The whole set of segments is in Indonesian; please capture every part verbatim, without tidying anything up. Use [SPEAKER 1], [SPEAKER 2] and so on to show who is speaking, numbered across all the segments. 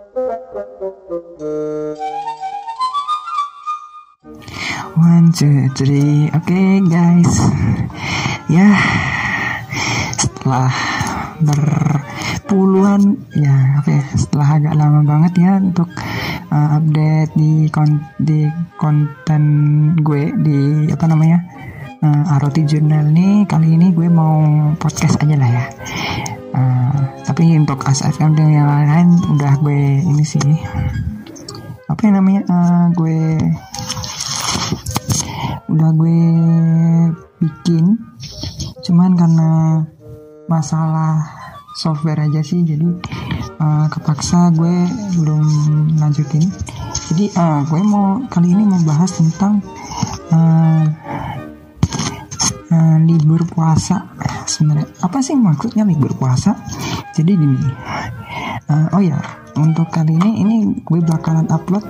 [SPEAKER 1] One, two, three, oke okay, guys. Ya, setelah berpuluhan, ya oke, okay, setelah agak lama banget ya untuk uh, update di kon- di konten gue di apa namanya uh, A R O T I Journal nih. Kali ini gue mau podcast aja lah ya. Uh, tapi untuk A S F M dan yang lain-lain udah gue ini sih apa yang namanya uh, gue udah gue bikin, cuman karena masalah software aja sih, jadi uh, kepaksa gue belum lanjutin. Jadi uh, gue mau kali ini mau bahas tentang uh, uh, libur puasa. Sebenarnya apa sih maksudnya libur puasa? Jadi gini, uh, oh ya, untuk kali ini ini gue bakalan upload.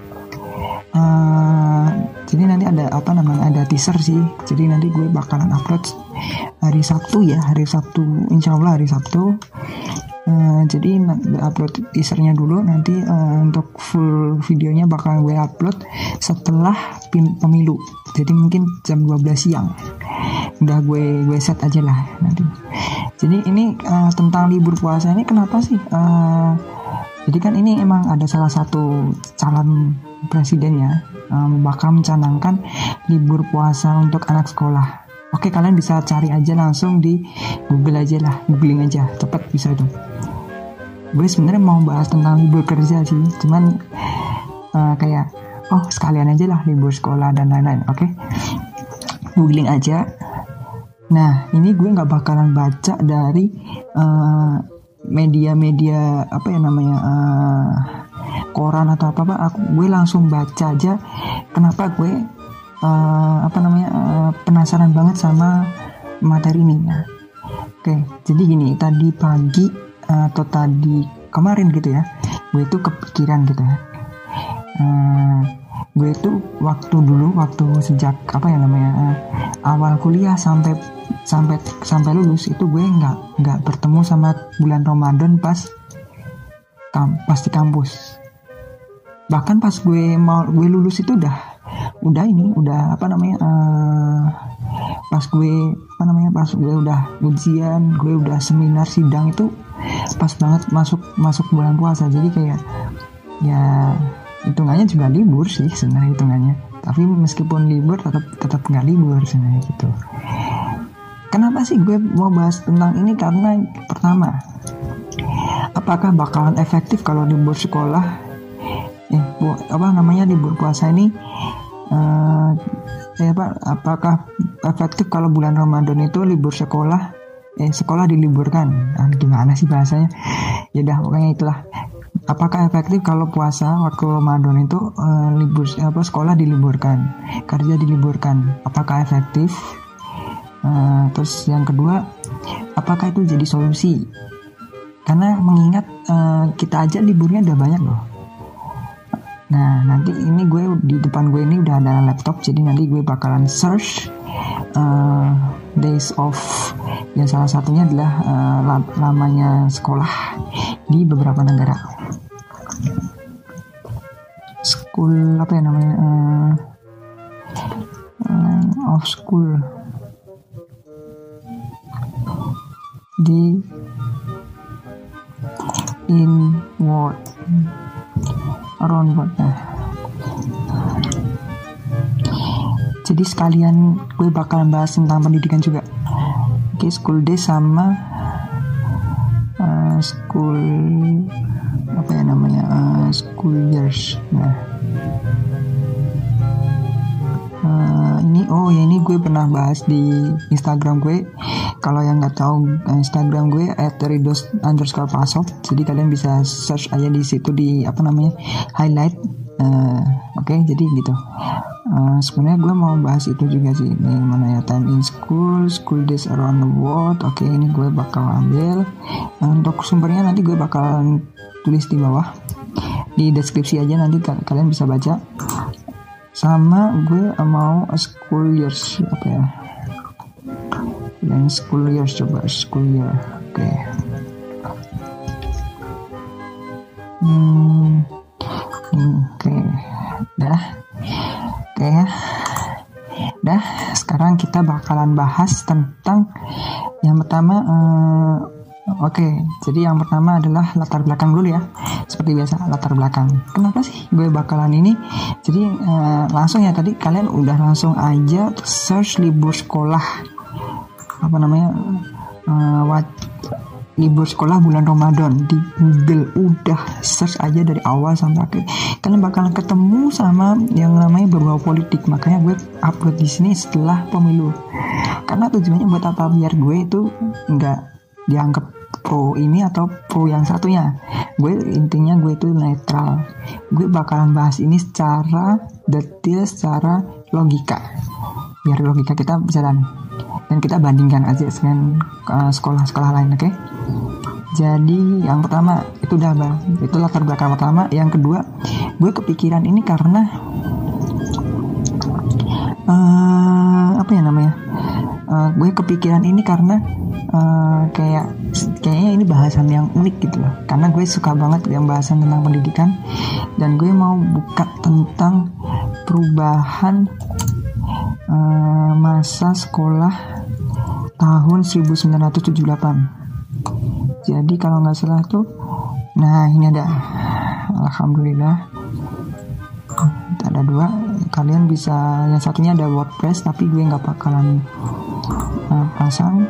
[SPEAKER 1] Uh, jadi nanti ada apa namanya ada teaser sih. Jadi nanti gue bakalan upload hari Sabtu ya, hari Sabtu, insya Allah hari Sabtu. Uh, jadi upload teasernya dulu, nanti uh, untuk full videonya bakal gue upload setelah pin- pemilu. Jadi mungkin jam dua belas siang. Udah gue gue set aja lah nanti. Jadi ini uh, tentang libur puasa ini kenapa sih? Uh, jadi kan ini emang ada salah satu calon presidennya um, bakal mencanangkan libur puasa untuk anak sekolah. Oke, kalian bisa cari aja langsung di Google aja lah, googling aja, cepet bisa itu. Gue sebenarnya mau bahas tentang libur kerja sih, cuman uh, kayak oh sekalian aja lah libur sekolah dan lain-lain. Oke, googling aja. Nah, ini gue nggak bakalan baca dari uh, media-media apa ya namanya uh, koran atau apa apa. Aku gue langsung baca aja. Kenapa gue uh, apa namanya uh, penasaran banget sama materi ini. Nah, oke, okay, jadi gini, tadi pagi uh, atau tadi kemarin gitu ya, gue itu kepikiran gitu ya. Uh, gue itu waktu dulu waktu sejak apa ya namanya uh, awal kuliah sampai sampai sampai lulus itu gue nggak nggak bertemu sama bulan Ramadan pas kam, pas di kampus. Bahkan pas gue mau gue lulus itu udah udah ini udah apa namanya uh, pas gue apa namanya pas gue udah ujian, gue udah seminar sidang itu pas banget masuk masuk bulan puasa. Jadi kayak ya hitungannya juga libur sih sebenarnya hitungannya. Tapi meskipun libur tetap tetap nggak libur sebenarnya gitu. Kenapa sih gue mau bahas tentang ini? Karena pertama, apakah bakalan efektif kalau libur sekolah, eh bu, apa namanya libur puasa ini, uh, eh, apa, apakah efektif kalau bulan Ramadan itu libur sekolah, eh sekolah diliburkan? Nah, gimana sih bahasanya? Ya udah pokoknya itulah. Apakah efektif kalau puasa waktu Ramadan itu uh, libur apa sekolah diliburkan, kerja diliburkan? Apakah efektif? Uh, terus yang kedua, apakah itu jadi solusi? Karena mengingat uh, kita aja liburnya udah banyak loh. Nah nanti ini gue di depan gue ini udah ada laptop, jadi nanti gue bakalan search uh, days off yang salah satunya adalah uh, lamanya sekolah di beberapa negara. School apa ya namanya uh, uh, off school di in world around world. Nah, jadi sekalian gue bakalan bahas tentang pendidikan juga. Oke, okay, school day sama uh, school apa ya namanya uh, school years. Nah, uh, ini oh ya ini gue pernah bahas di Instagram gue. Kalau yang nggak tahu Instagram gue at ridos underscore pasop, jadi kalian bisa search aja di situ di apa namanya highlight. Uh, Oke, okay, jadi gitu. Uh, sebenarnya gue mau bahas itu juga sih. Ini mana ya, time in school, school days around the world. Oke, okay, ini gue bakal ambil. Uh, untuk sumbernya nanti gue bakal tulis di bawah di deskripsi aja, nanti k- kalian bisa baca. Sama gue mau school years apa ya? Yang school years, coba school year. Oke. Okay. Hmm. dah. Oke ya. Dah, sekarang kita bakalan bahas tentang yang pertama. Uh, Oke, okay, jadi yang pertama adalah latar belakang dulu ya. Seperti biasa, latar belakang. Kenapa sih gue bakalan ini? Jadi uh, langsung ya, tadi kalian udah langsung aja search libur sekolah. Apa namanya? Uh, what, libur sekolah bulan Ramadan di Google. Udah search aja dari awal sampai akhir. Kalian bakalan ketemu sama yang namanya berbau politik. Makanya gue upload di sini setelah pemilu. Karena tujuannya buat apa? Biar gue itu nggak dianggap pro ini atau pro yang satunya. Gue intinya gue itu netral. Gue bakalan bahas ini secara detail, secara logika, biar logika kita berjalan dan kita bandingkan aja dengan uh, sekolah-sekolah lain. Oke okay? Jadi yang pertama itu udah bang, itu latar belakang pertama. Yang kedua, gue kepikiran ini karena uh, apa ya namanya uh, gue kepikiran ini karena Uh, kayak kayaknya ini bahasan yang unik gitu loh, karena gue suka banget yang bahasan tentang pendidikan, dan gue mau buka tentang perubahan uh, masa sekolah tahun seribu sembilan ratus tujuh puluh delapan. Jadi kalau nggak salah tuh, nah ini ada, alhamdulillah ada dua. Kalian bisa, yang satunya ada WordPress tapi gue nggak bakalan uh, pasang.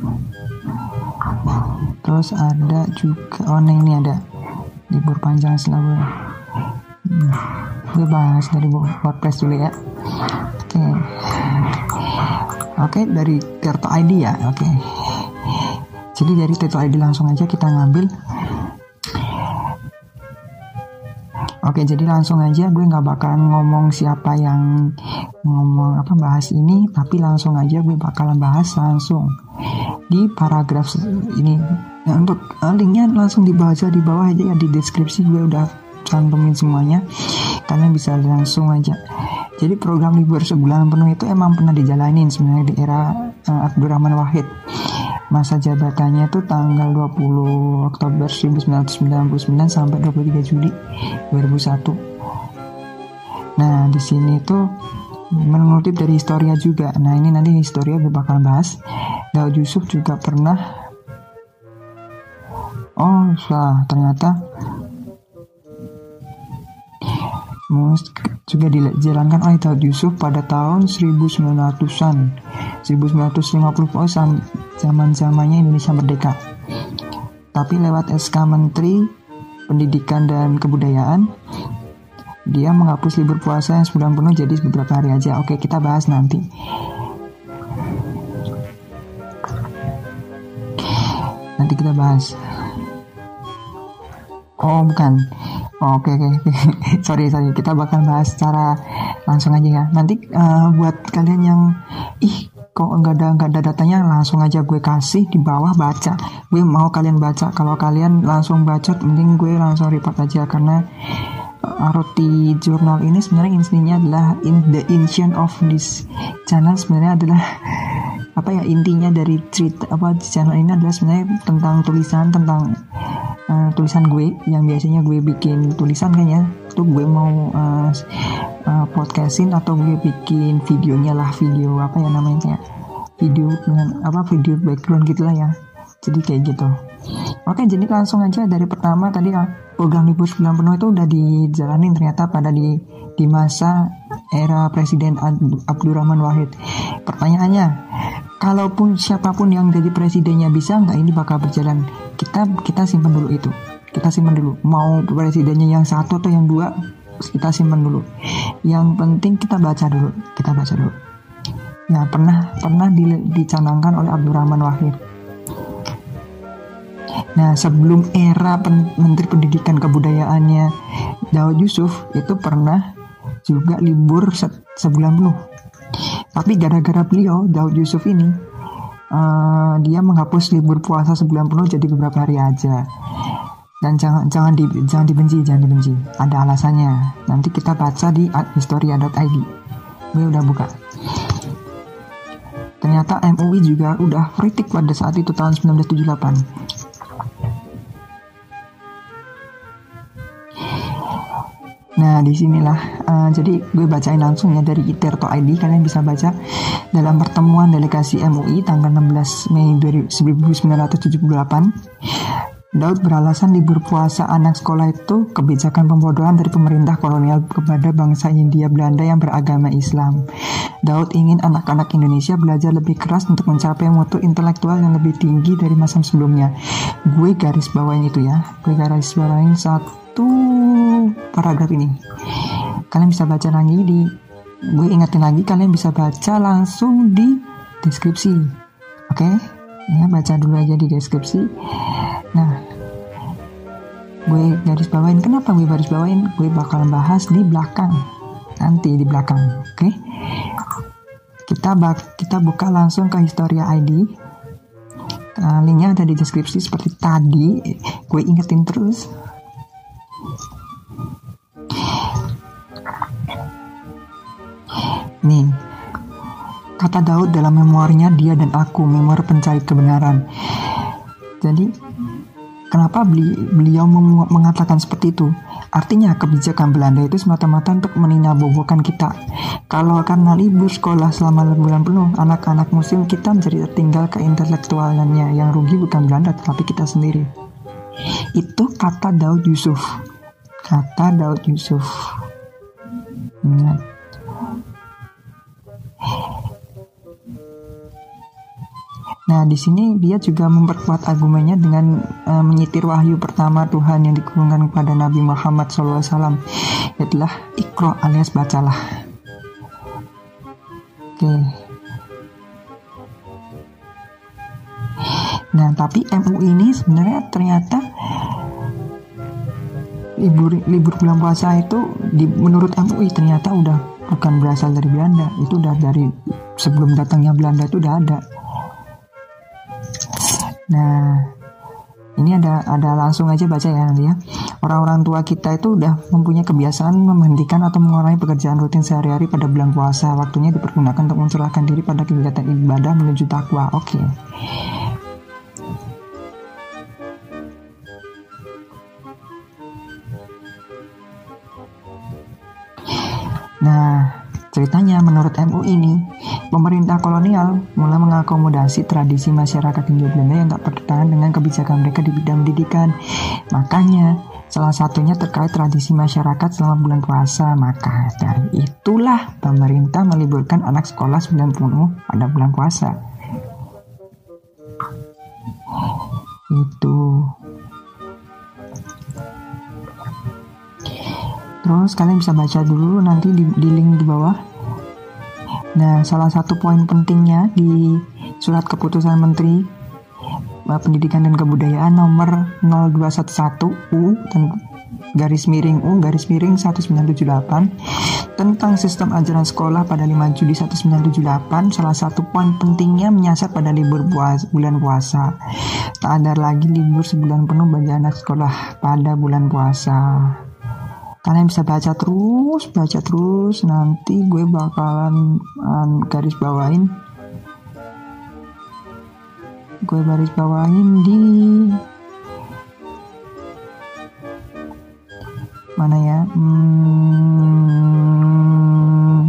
[SPEAKER 1] Terus ada juga, oh nah ini ada libur panjang selalu. hmm. Gue bahas dari WordPress dulu ya. Oke okay. Oke okay, dari Tirto I D ya. Oke okay. Jadi dari Tirto I D langsung aja kita ngambil. Oke, jadi langsung aja, gue nggak bakalan ngomong siapa yang ngomong apa bahas ini, tapi langsung aja gue bakalan bahas langsung di paragraf ini. Nah, untuk uh, linknya langsung dibaca di bawah aja ya, di deskripsi gue udah cantumin semuanya, kalian bisa langsung aja. Jadi program libur sebulan penuh itu emang pernah dijalanin sebenarnya di era uh, Abdurrahman Wahid. Masa jabatannya itu tanggal dua puluh Oktober seribu sembilan ratus sembilan puluh sembilan sampai dua puluh tiga Juli dua ribu satu. Nah, di sini tuh mengutip dari Historia juga. Nah, ini nanti Historia gue bakal bahas. Daud Yusuf juga pernah. Oh, salah, ternyata juga dijalankan oleh Daud Yusuf pada tahun seribu sembilan ratusan, seribu sembilan ratus lima puluh, oh, zaman-zamannya Indonesia merdeka. Tapi lewat S K Menteri Pendidikan dan Kebudayaan, dia menghapus libur puasa yang sebulan penuh jadi beberapa hari aja. Oke, kita bahas nanti. Nanti kita bahas. Oh, bukan. Oh, oke, oke, oke. sorry, sorry. Kita bakal bahas secara langsung aja ya. Nanti uh, buat kalian yang, ih, kok nggak ada nggak ada datanya, langsung aja gue kasih di bawah baca. Gue mau kalian baca. Kalau kalian langsung baca, mending gue langsung report aja, karena uh, roti jurnal ini sebenarnya intinya adalah in the intention of this channel sebenarnya adalah apa ya, intinya dari cerita apa channel ini adalah sebenarnya tentang tulisan, tentang Uh, tulisan gue yang biasanya gue bikin tulisan kayaknya tuh gue mau uh, uh, podcastin atau gue bikin videonya lah, video apa ya namanya, kayak video dengan apa video background gitulah ya, jadi kayak gitu. Oke, jadi langsung aja dari pertama tadi, program libur sebulan penuh itu udah dijalanin ternyata pada di di masa era Presiden Abdurrahman Wahid. Pertanyaannya, kalaupun siapapun yang jadi presidennya, bisa nggak ini bakal berjalan? Kita kita simpan dulu itu. Kita simpan dulu. Mau presidennya yang satu atau yang dua, kita simpan dulu. Yang penting kita baca dulu. Kita baca dulu. Ya, pernah pernah di, dicanangkan oleh Abdurrahman Wahid. Nah, sebelum era pen, Menteri Pendidikan Kebudayaannya Daud Yusuf itu pernah juga libur se, sebulan penuh. Tapi gara-gara beliau Daud Yusuf ini uh, dia menghapus libur puasa sebulan penuh jadi beberapa hari aja. Dan jangan jangan di, jangan dibenci, jangan dibenci. Ada alasannya. Nanti kita baca di historia dot i d. Gue udah buka. Ternyata M U I juga udah kritik pada saat itu tahun seribu sembilan ratus tujuh puluh delapan. Nah disinilah uh, jadi gue bacain langsung ya dari iterto titik I D. Kalian bisa baca dalam pertemuan delegasi M U I tanggal enam belas Mei seribu sembilan ratus tujuh puluh delapan. Daud beralasan libur puasa anak sekolah itu kebijakan pembodohan dari pemerintah kolonial kepada bangsa Hindia Belanda yang beragama Islam. Daud ingin anak-anak Indonesia belajar lebih keras untuk mencapai mutu intelektual yang lebih tinggi dari masa sebelumnya. Gue garis bawain itu ya. Gue garis bawain satu paragraf ini. Kalian bisa baca lagi di, gue ingetin lagi, kalian bisa baca langsung di deskripsi. Oke, okay? Ya baca dulu aja di deskripsi. Nah, gue garis bawain. Kenapa gue garis bawain? Gue bakalan bahas di belakang. Nanti di belakang, oke? Okay? Kita bak kita buka langsung ke Historia I D. Uh, linknya ada di deskripsi seperti tadi. Gue ingetin terus. Nih, kata Daud dalam memoirnya Dia dan Aku, memoir pencari kebenaran. Jadi kenapa beli, beliau mem- mengatakan seperti itu? Artinya kebijakan Belanda itu semata-mata untuk meninabobokan kita. Kalau karena libur sekolah selama bulan penuh, anak-anak muslim kita menjadi tertinggal ke intelektualannya. Yang rugi bukan Belanda, tetapi kita sendiri. Itu kata Daud Yusuf. Kata Daud Yusuf. Ingat. Nah, di sini dia juga memperkuat argumennya dengan uh, menyitir wahyu pertama Tuhan yang dikurungkan kepada Nabi Muhammad shallallahu alaihi wasallam, yaitulah Iqra alias bacalah. Oke. Okay. Nah, tapi M U I ini sebenarnya ternyata libur libur bulan puasa itu di, menurut M U I ternyata udah bukan berasal dari Belanda, itu udah dari sebelum datangnya Belanda itu udah ada. Nah, ini ada ada langsung aja baca ya nanti ya. Orang-orang tua kita itu udah mempunyai kebiasaan menghentikan atau mengurangi pekerjaan rutin sehari-hari pada bulan puasa. Waktunya dipergunakan untuk mencurahkan diri pada kegiatan ibadah menuju takwa. Oke. Okay. Nah, ceritanya menurut M U I ini, pemerintah kolonial mulai mengakomodasi tradisi masyarakat Hindia Belanda yang tak bertentangan dengan kebijakan mereka di bidang pendidikan. Makanya, salah satunya terkait tradisi masyarakat selama bulan puasa. Maka dari itulah pemerintah meliburkan anak sekolah sembilan puluh pada bulan puasa. Itu. Terus kalian bisa baca dulu nanti di, di link di bawah. Nah, salah satu poin pentingnya di surat keputusan Menteri Pendidikan dan Kebudayaan nomor nol dua satu satu U dan garis miring U garis miring seribu sembilan ratus tujuh puluh delapan tentang sistem ajaran sekolah pada lima Juli seribu sembilan ratus tujuh puluh delapan, salah satu poin pentingnya menyasar pada libur puasa, bulan puasa. Tak ada lagi libur sebulan penuh bagi anak sekolah pada bulan puasa. Kalian bisa baca terus, baca terus. Nanti gue bakalan um, garis bawain. Gue garis bawain di mana ya? Hmm,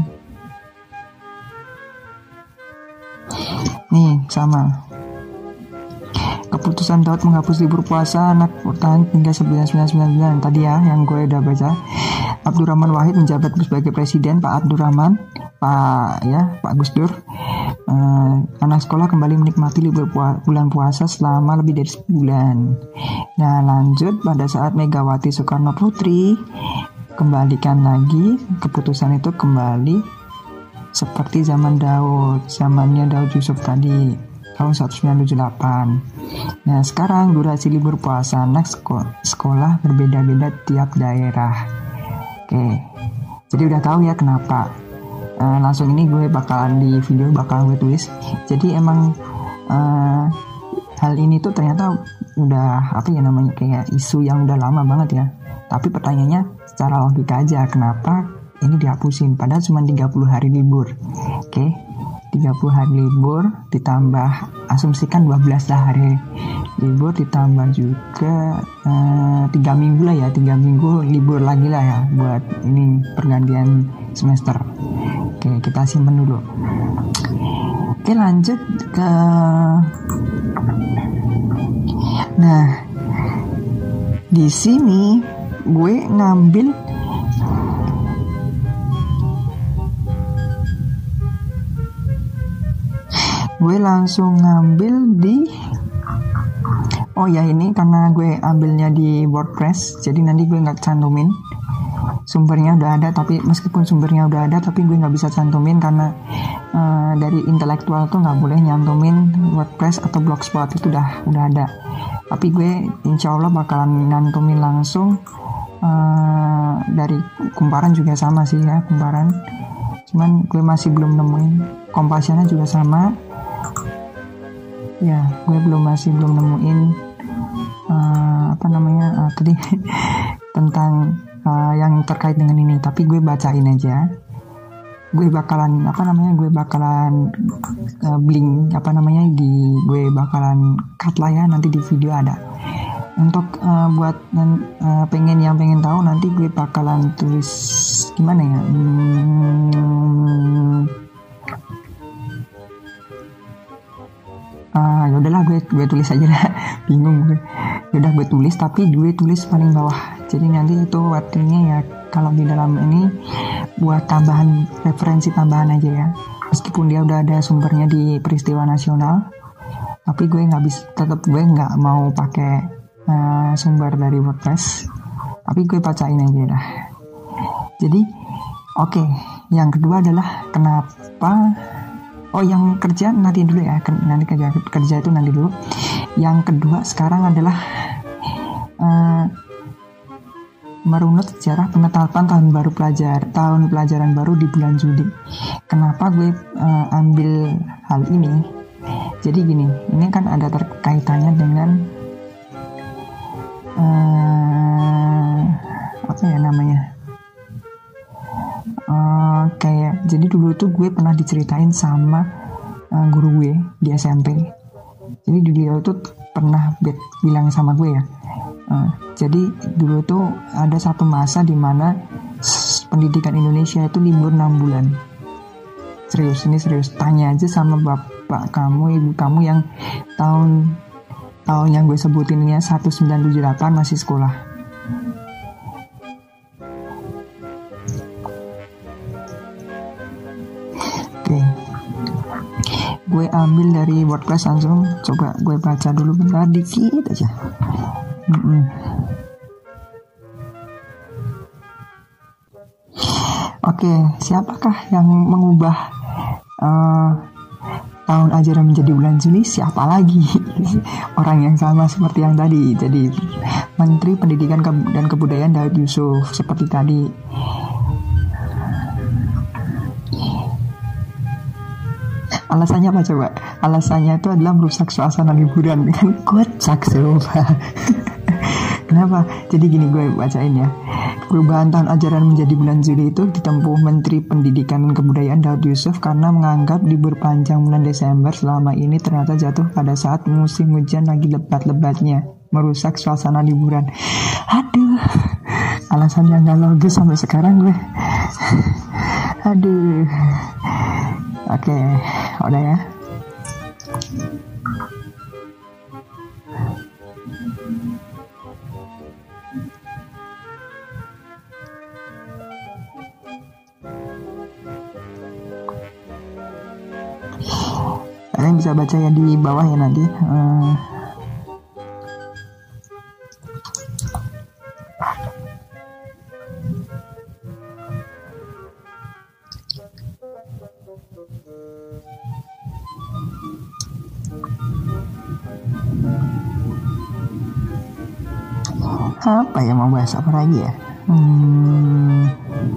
[SPEAKER 1] nih sama. Keputusan Daud menghapus libur puasa anak bertahan hingga seribu sembilan ratus sembilan puluh sembilan tadi ya yang gue udah baca. Abdurrahman Wahid menjabat sebagai presiden. Pak Abdurrahman, Pak ya Pak Gus Dur. Uh, anak sekolah kembali menikmati libur pua- bulan puasa selama lebih dari sebulan. Nah, lanjut pada saat Megawati Soekarno Putri kembalikan lagi keputusan itu kembali seperti zaman Daud, zamannya Daud Yusuf tadi tahun seribu sembilan ratus tujuh puluh delapan. Nah, sekarang durasi libur puasa anak seko- sekolah berbeda-beda tiap daerah. Oke, jadi udah tahu ya kenapa. Uh, langsung ini gue bakalan di video bakalan gue tulis. Jadi emang uh, hal ini tuh ternyata udah apa ya namanya kayak isu yang udah lama banget ya. Tapi pertanyaannya secara logika aja, kenapa ini dihapusin? Padahal cuma tiga puluh hari libur. Oke, tiga puluh hari libur ditambah asumsikan dua belas lah hari libur ditambah juga uh, tiga minggu lah ya, tiga minggu libur lagi lah ya buat ini pergantian semester. Oke, kita simpen dulu. Oke, lanjut ke nah di sini gue ngambil gue langsung ngambil di oh ya ini karena gue ambilnya di WordPress, jadi nanti gue nggak cantumin sumbernya udah ada, tapi meskipun sumbernya udah ada tapi gue nggak bisa cantumin karena uh, dari intelektual tuh nggak boleh nyantumin WordPress atau Blogspot, itu udah udah ada. Tapi gue insya Allah bakalan nyantumin langsung uh, dari Kumparan juga sama sih ya, Kumparan, cuman gue masih belum nemuin. Kompasiana juga sama ya, gue belum masih belum nemuin uh, apa namanya uh, tadi tentang uh, yang terkait dengan ini, tapi gue bacain aja. Gue bakalan apa namanya gue bakalan uh, link apa namanya di gue bakalan cut lah ya, nanti di video ada. Untuk uh, buat uh, pengen yang pengen tahu, nanti gue bakalan tulis gimana ya, hmm, Uh, ya udahlah gue gue tulis aja lah, bingung gue. Yaudah gue tulis, tapi gue tulis paling bawah. Jadi nanti itu artinya ya kalau di dalam ini buat tambahan referensi tambahan aja ya. Meskipun dia udah ada sumbernya di Peristiwa Nasional, tapi gue nggak bisa, tetap gue nggak mau pakai uh, sumber dari WordPress. Tapi gue bacain aja lah. Jadi oke, okay. Yang kedua adalah kenapa Oh, yang kerja nanti dulu ya, nanti kerja kerja itu nanti dulu. Yang kedua sekarang adalah uh, merunut sejarah penetapan tahun baru pelajar tahun pelajaran baru di bulan Juli. Kenapa gue uh, ambil hal ini? Jadi gini, ini kan ada terkaitannya dengan uh, apa ya namanya? Uh, kayak jadi dulu tuh gue pernah diceritain sama uh, guru gue di S M P. Jadi dia itu pernah bilang sama gue ya. Uh, jadi dulu tuh ada satu masa di mana pendidikan Indonesia itu libur enam bulan. Serius, ini serius. Tanya aja sama bapak kamu, ibu kamu yang tahun tahun yang gue sebutin ini ya, seribu sembilan ratus tujuh puluh delapan masih sekolah. Oke, gue ambil dari WordPress langsung, coba gue baca dulu bentar dikit aja. Mm-mm. Oke, siapakah yang mengubah uh, tahun ajaran menjadi bulan Juli? Siapa lagi? Orang yang sama seperti yang tadi. Jadi Menteri Pendidikan dan Kebudayaan Daud Yusuf seperti tadi. Alasannya apa coba? Alasannya itu adalah merusak suasana liburan. Kan kocak coba. Kenapa? Jadi gini, gue bacain ya. Perubahan tahun ajaran menjadi bulan Juli itu ditempuh Menteri Pendidikan dan Kebudayaan Daud Yusuf karena menganggap libur panjang bulan Desember selama ini ternyata jatuh pada saat musim hujan lagi lebat-lebatnya, merusak suasana liburan. Aduh, alasan yang gak logis sampai sekarang gue. Aduh. Oke, udah ya. Kalian bisa baca ya di bawah ya nanti. Uh, apa ya, mau bahas apa lagi ya? Hmm,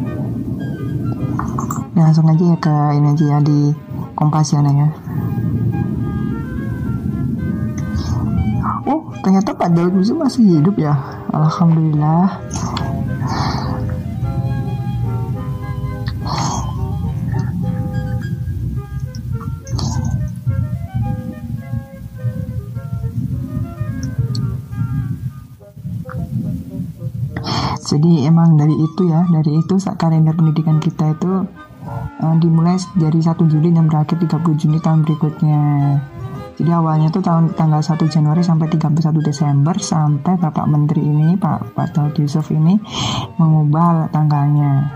[SPEAKER 1] ya langsung aja ya ke ini aja ya, di Kompasiana ya. Oh, ternyata Pak Daud Yusuf masih hidup ya. Alhamdulillah. memang dari itu ya, dari itu kalender pendidikan kita itu uh, dimulai dari satu Juli dan berakhir tiga puluh Juni tahun berikutnya. Jadi awalnya tuh tahun tanggal satu Januari sampai tiga puluh satu Desember, sampai Bapak Menteri ini, Pak Pak Daud Yusuf ini mengubah tanggalnya.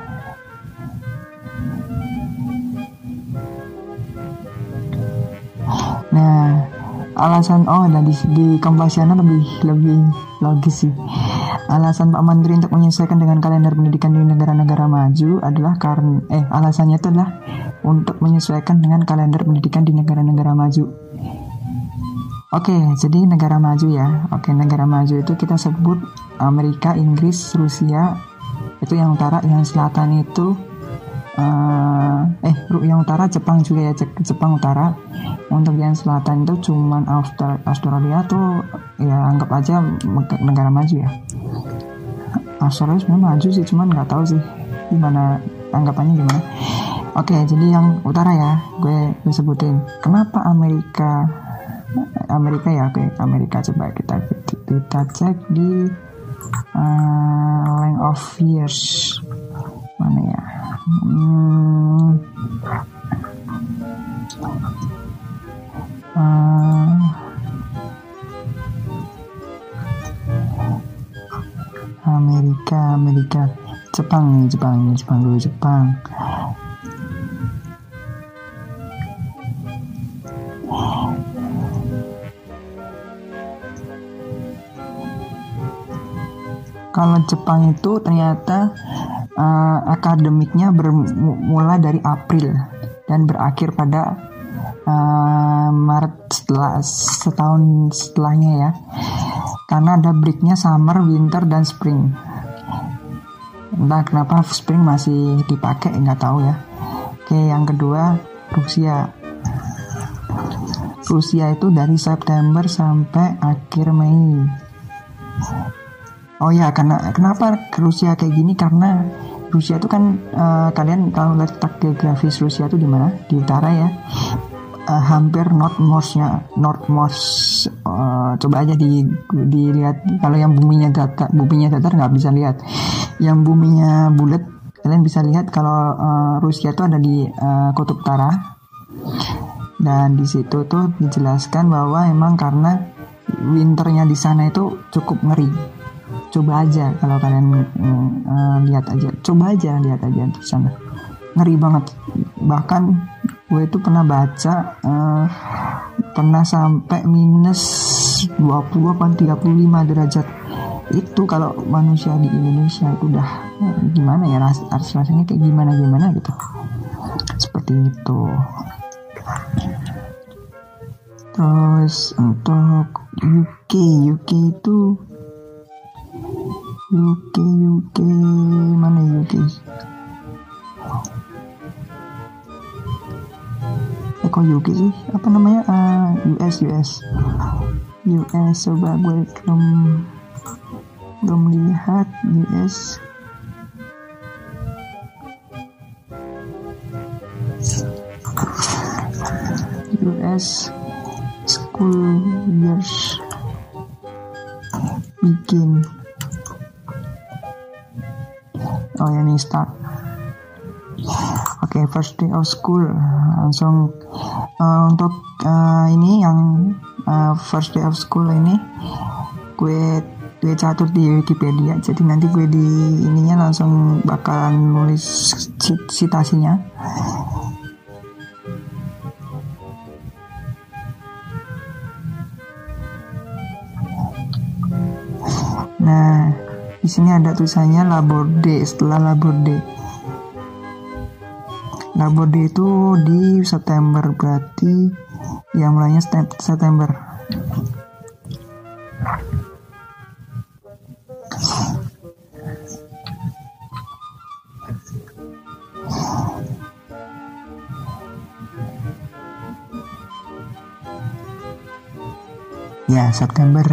[SPEAKER 1] Nah, alasan oh dan di, di Kompasiana lebih lebih logis sih. Alasan Pak Menteri untuk menyesuaikan dengan kalender pendidikan di negara-negara maju adalah karena eh alasannya itu adalah untuk menyesuaikan dengan kalender pendidikan di negara-negara maju. Oke, jadi negara maju ya. Oke, negara maju itu kita sebut Amerika, Inggris, Rusia. Itu yang utara, yang selatan itu uh, eh yang utara Jepang juga ya, Jepang utara. Untuk yang selatan itu cuman Australia tuh ya anggap aja negara maju ya. Australia sebenarnya maju sih, cuman nggak tahu sih gimana anggapannya gimana. Oke, jadi yang utara ya, gue, gue sebutin. Kenapa Amerika Amerika ya, oke Amerika coba kita kita cek di uh, length of years mana ya, hmm, uh, Amerika Amerika Jepang nih Jepang nih Jepang dulu Jepang. Kalau Jepang itu ternyata uh, akademiknya bermula dari April dan berakhir pada uh, Maret setelah setahun setelahnya ya. Karena ada breaknya summer, winter, dan spring. Entah kenapa spring masih dipakai, nggak tahu ya. Oke, yang kedua Rusia. Rusia itu dari September sampai akhir Mei. Oh ya, karena kenapa Rusia kayak gini? Karena Rusia itu kan uh, kalian kalau letak geografis Rusia itu di mana? Di utara ya. Uh, hampir northmost-nya, northmost. Uh, coba aja di dilihat. Kalau yang buminya datar, buminya datar nggak bisa lihat. Yang buminya bulat, kalian bisa lihat kalau uh, Rusia itu ada di uh, kutub utara. Dan di situ tuh dijelaskan bahwa emang karena winternya di sana itu cukup ngeri. Coba aja kalau kalian uh, lihat aja, coba aja lihat aja di sana, ngeri banget. Bahkan gue itu pernah baca uh, pernah sampai minus dua puluh atau tiga puluh lima derajat. Itu kalau manusia di Indonesia itu udah uh, gimana ya, ras rasanya kayak gimana gimana gitu. Seperti itu. Terus untuk U K, U K itu U K, U K, mana U K? Eh kok U K sih? Apa namanya? Uh, U S, U S. U S, coba gue belum belum lihat U S. U S school years begin. Oh ya nih start. Oke, okay, first day of school langsung uh, untuk uh, ini yang uh, first day of school ini gue gue catur di Wikipedia. Jadi nanti gue di ininya langsung bakalan nulis citasinya. Nah, di sini ada tulisannya Labor Day. Setelah Labor Day, Labor Day itu di September, berarti yang mulainya September. Ya, September.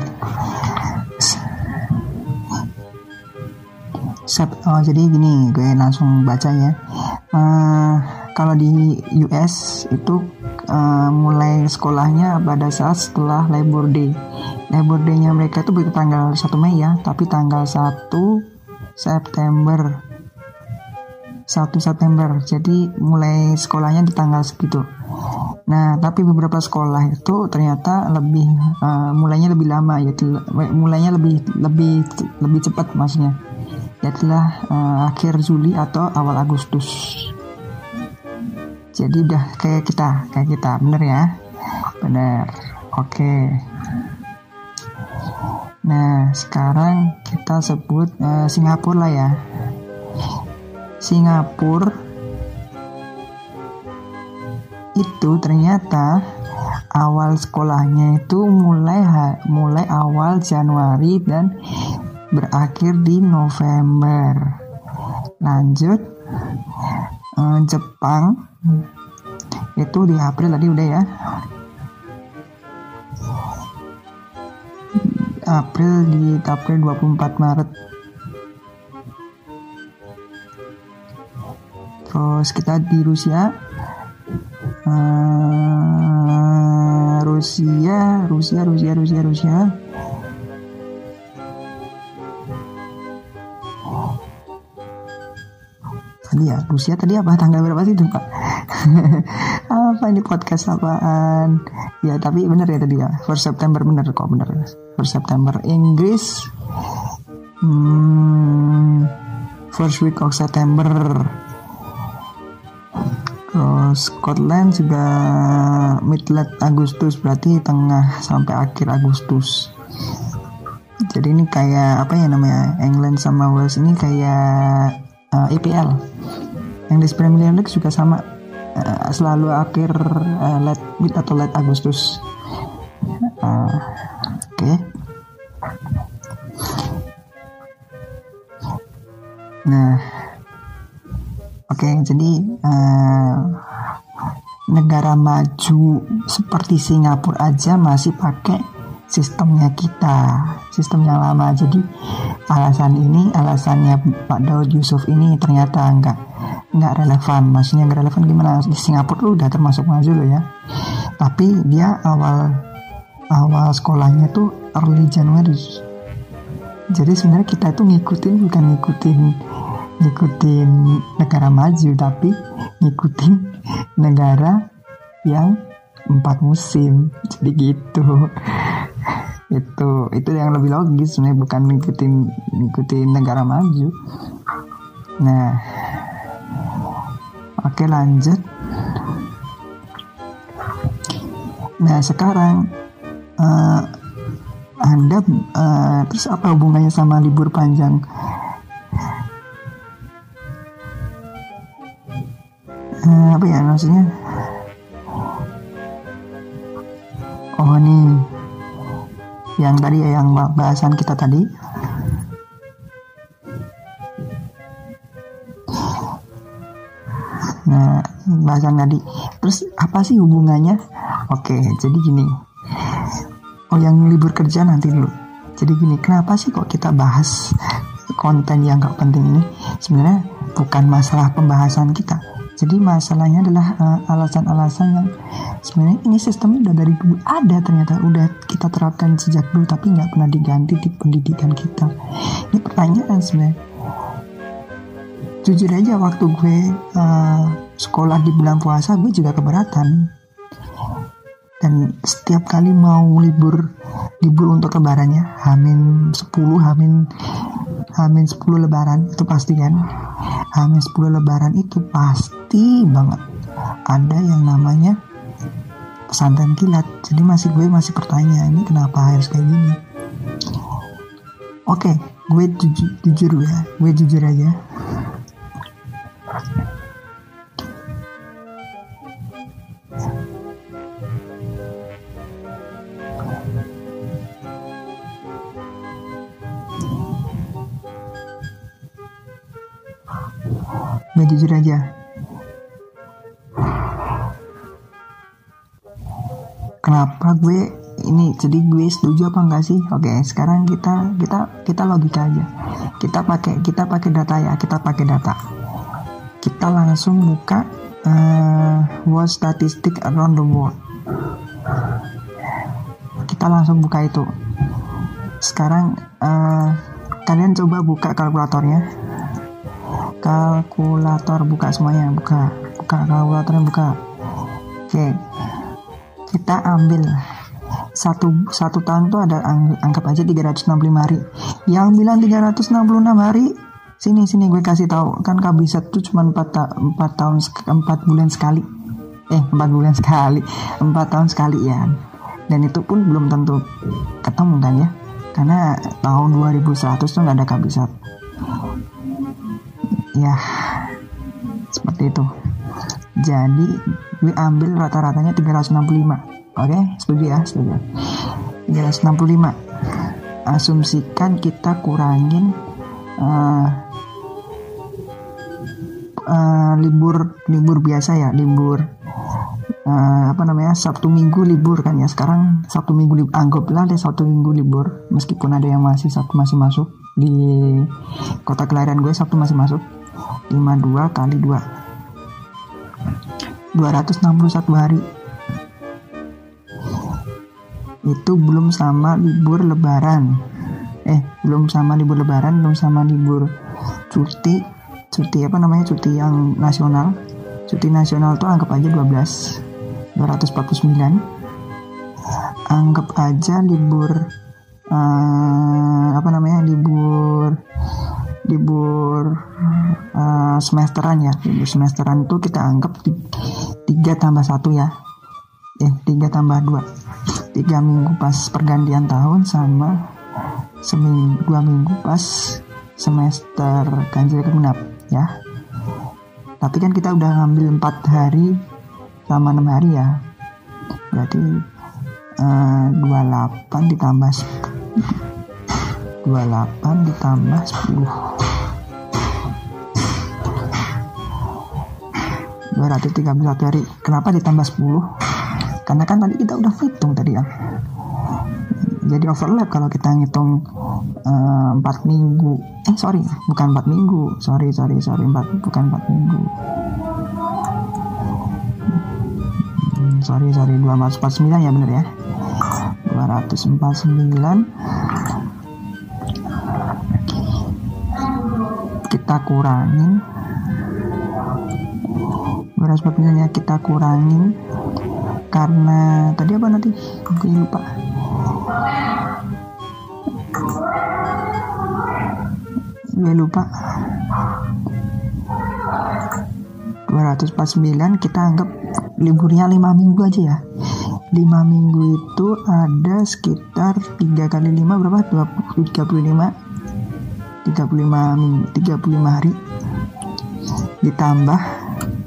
[SPEAKER 1] Oh, jadi gini, gue langsung baca ya. Uh, kalau di U S itu uh, mulai sekolahnya pada saat setelah Labor Day. Labor Day-nya mereka itu bukan tanggal satu Mei ya, tapi tanggal satu September. satu September. Jadi mulai sekolahnya di tanggal segitu. Nah, tapi beberapa sekolah itu ternyata lebih uh, mulainya lebih lama, yaitu mulainya lebih lebih lebih cepat maksudnya. Yaitulah uh, akhir Juli atau awal Agustus. Jadi udah kayak kita, kayak kita, bener ya? Bener. Oke. Nah, sekarang kita sebut uh, Singapura lah ya. Singapura itu ternyata awal sekolahnya itu mulai ha, mulai awal Januari dan berakhir di November. Lanjut eh, Jepang itu di April tadi udah ya. April di April dua puluh empat Maret. Terus kita di Rusia, uh, Rusia, Rusia, Rusia, Rusia, Rusia. Tadi ya, Rusia tadi apa? Tanggal berapa sih itu Pak? Apa ini podcast apaan? Ya tapi bener ya tadi ya, first September bener kok bener. First September. Inggris, hmm, first week of September. Terus Scotland juga mid-late Agustus, berarti tengah sampai akhir Agustus. Jadi ini kayak apa ya namanya, England sama Wales ini kayak uh, E P L. English Premier League juga sama, uh, selalu akhir uh, late mid atau late Agustus. Uh, Oke. Okay. Nah. Oke, okay, jadi uh, negara maju seperti Singapura aja masih pakai sistemnya kita, sistem yang lama. Jadi alasan ini, alasannya Pak Daud Yusuf ini ternyata enggak enggak relevan. Maksudnya enggak relevan gimana? Di Singapura tuh udah termasuk maju loh ya. Tapi dia awal awal sekolahnya tuh early January. Jadi sebenarnya kita tuh ngikutin bukan ngikutin ngikutin negara maju, tapi ngikutin negara yang empat musim. Jadi gitu. itu itu yang lebih logis sebenarnya, bukan ngikutin ngikutin negara maju. Nah, oke lanjut. Nah sekarang uh, Anda uh, terus apa hubungannya sama libur panjang? Uh, apa ya maksudnya? Oh nih, yang tadi ya, yang bahasan kita tadi. Nah, bahasan tadi. Terus apa sih hubungannya? Oke, jadi gini. Oh, yang libur kerja nanti dulu. Jadi gini, kenapa sih kok kita bahas konten yang gak penting ini? Sebenarnya bukan masalah pembahasan kita. Jadi masalahnya adalah uh, alasan-alasan yang sebenarnya ini sistemnya udah dari dulu ada, ternyata udah kita terapkan sejak dulu tapi nggak pernah diganti di pendidikan kita. Ini pertanyaan sebenarnya. Jujur aja waktu gue uh, sekolah di bulan puasa gue juga keberatan. Dan setiap kali mau libur libur untuk lebarannya, Hamin sepuluh, Hamin Hamin sepuluh lebaran itu pasti kan. Hamin sepuluh lebaran itu pasti banget ada yang namanya pesantren kilat. Jadi masih gue masih bertanya, ini kenapa harus kayak gini? Oke, gue jujur, jujur ya, gue jujur aja. Gue jujur aja. Kenapa gue ini? Jadi gue setuju apa enggak sih? Oke, sekarang kita kita kita logika aja. Kita pakai kita pakai data ya. Kita pakai data. Kita langsung buka uh, world statistic around the world. Kita langsung buka itu. Sekarang uh, kalian coba buka kalkulatornya. Kalkulator buka semuanya, buka. Buka kalkulatornya, buka. Oke. Kita ambil satu satu tahun tuh ada anggap aja tiga ratus enam puluh lima hari. Yang bilang tiga ratus enam puluh enam hari, sini sini gue kasih tahu, kan kabisat tuh cuma empat tahun empat bulan sekali. Eh, empat bulan sekali. empat tahun sekali ya. Dan itu pun belum tentu ketemu kan ya. Karena tahun dua ribu seratus tuh nggak ada kabisat. Ya, seperti itu. Jadi gue ambil rata-ratanya tiga ratus enam puluh lima. Oke, okay? Setuju ya, setuju. tiga ratus enam puluh lima. Asumsikan kita kurangin uh, uh, libur libur biasa ya, libur uh, apa namanya Sabtu Minggu libur kan ya. Sekarang Sabtu Minggu libur, anggaplah ada Sabtu Minggu libur, meskipun ada yang masih Sabtu masih masuk di kota kelahiran gue, Sabtu masih masuk. lima puluh dua kali dua, dua ratus enam puluh satu hari. Itu belum sama libur lebaran. Eh, belum sama libur lebaran, belum sama libur cuti. Cuti apa namanya? Cuti yang nasional. Cuti nasional tuh anggap aja dua belas. dua ratus empat puluh sembilan. Anggap aja libur uh, apa namanya? Libur libur uh, semesteran ya. Libur semesteran tuh kita anggap tiga tambah satu ya. Eh, tiga tambah dua. tiga minggu pas pergantian tahun sama seminggu dua minggu pas semester ganjil genap ya. Tapi kan kita udah ngambil empat hari sama enam hari ya. Berarti uh, dua puluh delapan ditambah dua puluh delapan ditambah sepuluh. dua ratus tiga puluh satu hari. Kenapa ditambah sepuluh? Karena kan tadi kita udah hitung tadi ya. Jadi overlap kalau kita ngitung uh, empat minggu. Eh sorry, bukan empat minggu. Sorry, sorry, sorry. empat, bukan empat minggu. Hmm, sorry, sorry. dua ratus empat puluh sembilan ya bener ya. dua ratus empat puluh sembilan. Kita kurangin. dua ratus empat puluh sembilan ya kita kurangin. Karena tadi apa nanti? Gue lupa. Gue lupa. dua ratus empat puluh sembilan kita anggap liburnya lima minggu aja ya. lima minggu itu ada sekitar tiga kali lima berapa? tiga puluh lima. tiga puluh lima minggu, tiga puluh lima hari. Ditambah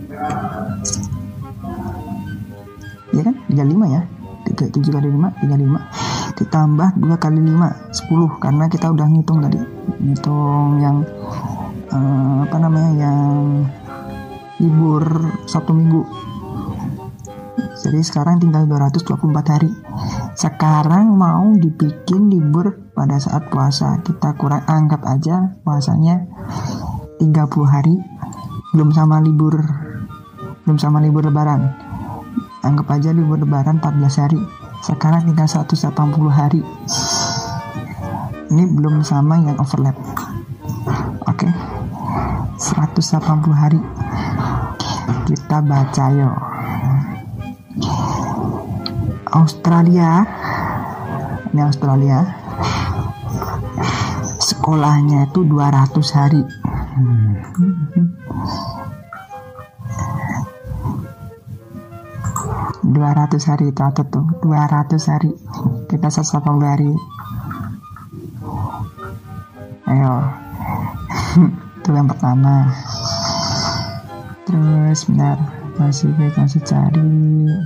[SPEAKER 1] ya kan tiga puluh lima ya, tujuh kali lima, tiga puluh lima ditambah dua kali lima, sepuluh. Karena kita udah ngitung tadi, ngitung yang uh, apa namanya yang libur Sabtu Minggu. Jadi sekarang tinggal dua ratus dua puluh empat hari. Sekarang mau dibikin libur pada saat puasa, kita kurang anggap aja puasanya tiga puluh hari, belum sama libur belum sama libur lebaran. Anggap aja libur lebaran empat belas hari. Sekarang tinggal seratus delapan puluh hari. Ini belum sama yang overlap. Oke. Okay. seratus delapan puluh hari. Kita baca yuk. Australia. Ini Australia. Sekolahnya itu dua ratus hari. Hmm. dua ratus hari itu atau tuh dua ratus hari. Kita seratus delapan puluh hari. Ayo. Itu yang pertama. Terus bentar, masih kita masih cari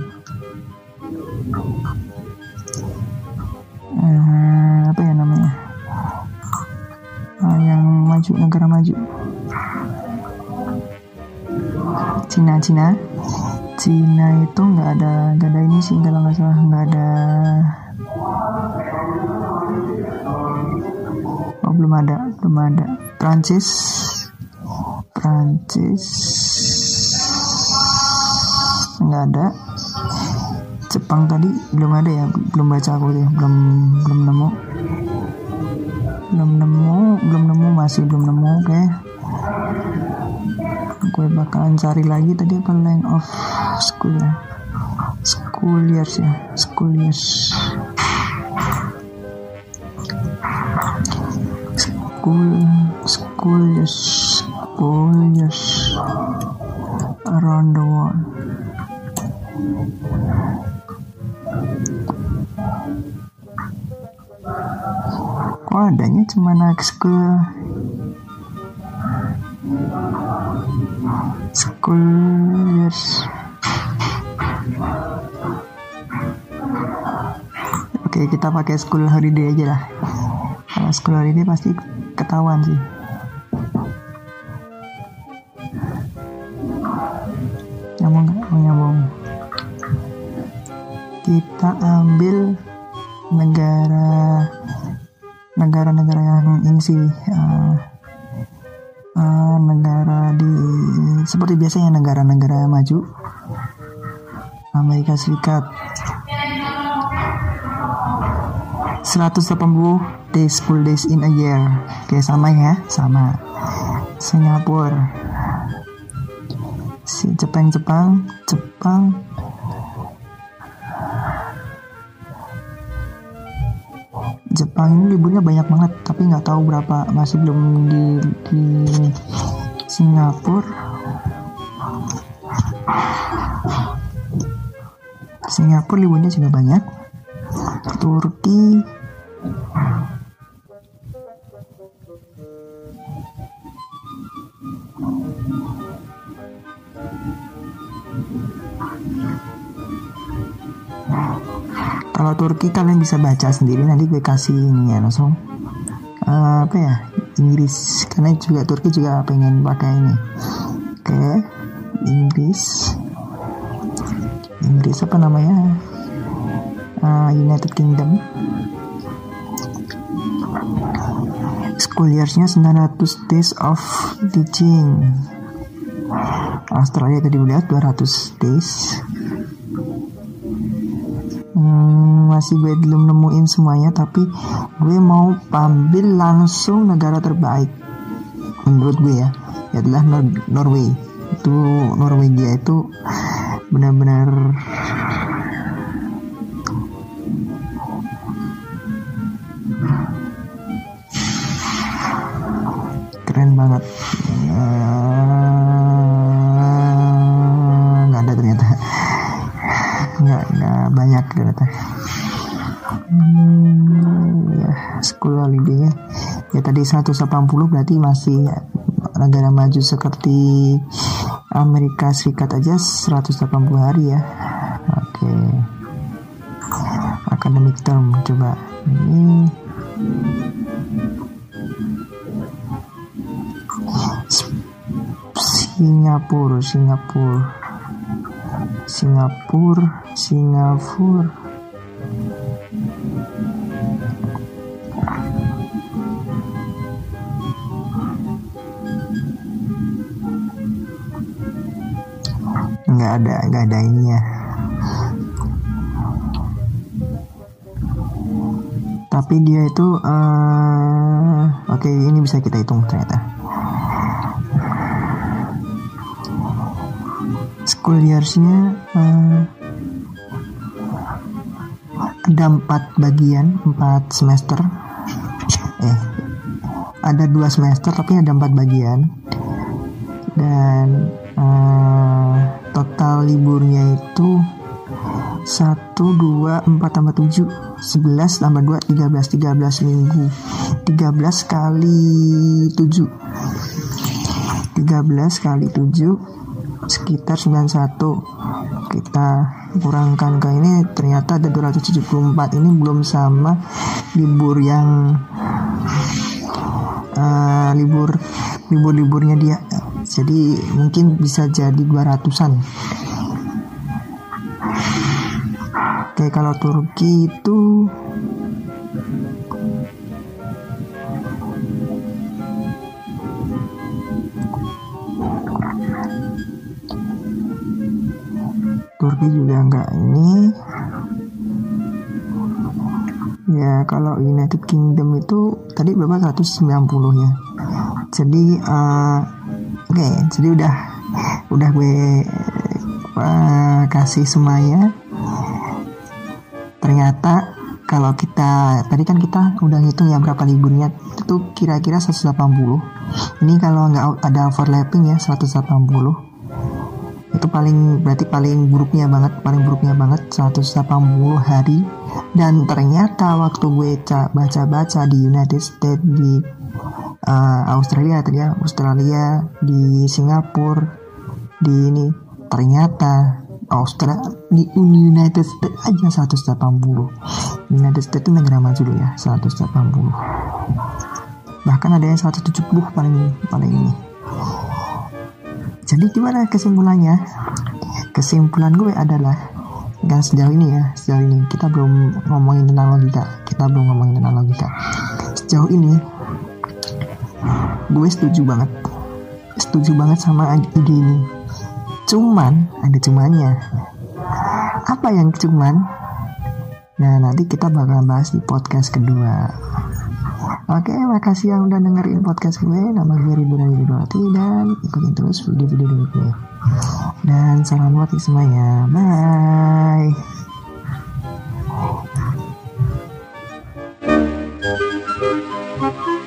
[SPEAKER 1] uh, apa ya namanya uh, yang maju, negara maju. Cina Cina Cina itu nggak ada nggak ada ini sih, kalau nggak salah nggak ada. Oh belum ada belum ada. Prancis Prancis nggak ada. Jepang tadi belum ada ya, belum baca aku deh, belum belum nemu. belum nemu belum nemu masih belum nemu. Oke okay. Gue bakalan cari lagi tadi apa, length of school ya, school years ya, school years school school years school years around the world. Kok adanya cuma naik school school years. Oke kita pakai school holiday aja lah. Kalau school holiday pasti ketahuan sih. Nyambung nggak? Oh, nyambung. Kita ambil negara negara-negara yang ini sih, uh, uh, negara di seperti biasanya negara-negara maju. Amerika Serikat seratus delapan puluh days, full days in a year. Oke sama ya, sama. Singapura, si Jepang Jepang Jepang Jepang ini liburnya banyak banget, tapi nggak tahu berapa, masih belum di, di Singapura. Singapura liburnya juga banyak. Turki, kalau Turki kalian bisa baca sendiri, nanti gue kasih ini ya langsung uh, apa ya, Inggris, karena juga Turki juga pengen pakai ini. Oke okay. Inggris Inggris apa namanya, uh, United Kingdom. School years-nya sembilan ratus days of teaching. Australia tadi udah dua ratus days. Hmm, masih gue belum nemuin semuanya, tapi gue mau ambil langsung negara terbaik menurut gue ya, adalah Nor- Norway. Itu Norwegia itu benar-benar keren banget. Nggak uh, ada ternyata. Nggak, nggak banyak ternyata. Hmm, ya, school holiday-nya ya tadi seratus delapan puluh, berarti masih negara maju seperti Amerika Serikat aja seratus delapan puluh hari ya. Oke okay. Academic term, coba ini Singapura Singapura Singapura Singapura nggak ada nggak ada ininya, tapi dia itu uh, oke okay, ini bisa kita hitung ternyata. School years-nya uh, ada empat bagian, empat semester. Eh, ada dua semester tapi ada empat bagian. Dan uh, total liburnya itu satu, dua, empat tambah tujuh, sebelas tambah dua, tiga belas, tiga belas minggu. tiga belas kali tujuh, tiga belas kali tujuh sekitar sembilan puluh satu. Kita kurangkan ke ini, ternyata ada dua ratus tujuh puluh empat. Ini belum sama libur yang uh, libur libur-liburnya dia. Jadi mungkin bisa jadi dua ratusan. Oke, kalau Turki itu Turki juga enggak ini. ya kalau United Kingdom itu tadi berapa, seratus sembilan puluh ya. Jadi uh, oke okay, jadi udah udah gue uh, kasih semuanya. Ternyata kalau kita tadi kan kita udah ngitung ya berapa liburnya, itu kira-kira seratus delapan puluh. Ini kalau nggak ada overlapping ya seratus delapan puluh. Itu paling berarti paling buruknya banget, paling buruknya banget seratus delapan puluh hari. Dan ternyata waktu gue baca-baca di United States, di uh, Australia tadi ya, Australia, di Singapura, di ini ternyata Australia di United States aja seratus delapan puluh. United States itu negara maju dulu ya, seratus delapan puluh. Bahkan ada yang seratus tujuh puluh paling paling ini. Jadi gimana kesimpulannya? Kesimpulan gue adalah, dan sejauh ini ya, sejauh ini kita belum ngomongin tentang logika, kita belum ngomongin tentang logika. Sejauh ini gue setuju banget, setuju banget sama ide ini. Cuman ada cumannya. Apa yang cuman? Nah nanti kita bakal bahas di podcast kedua. Oke, makasih yang udah dengerin podcast gue. Nama gue Ridwan Ridwati, dan ikutin terus video-video dari gue. Dan salam buat semuanya. Bye.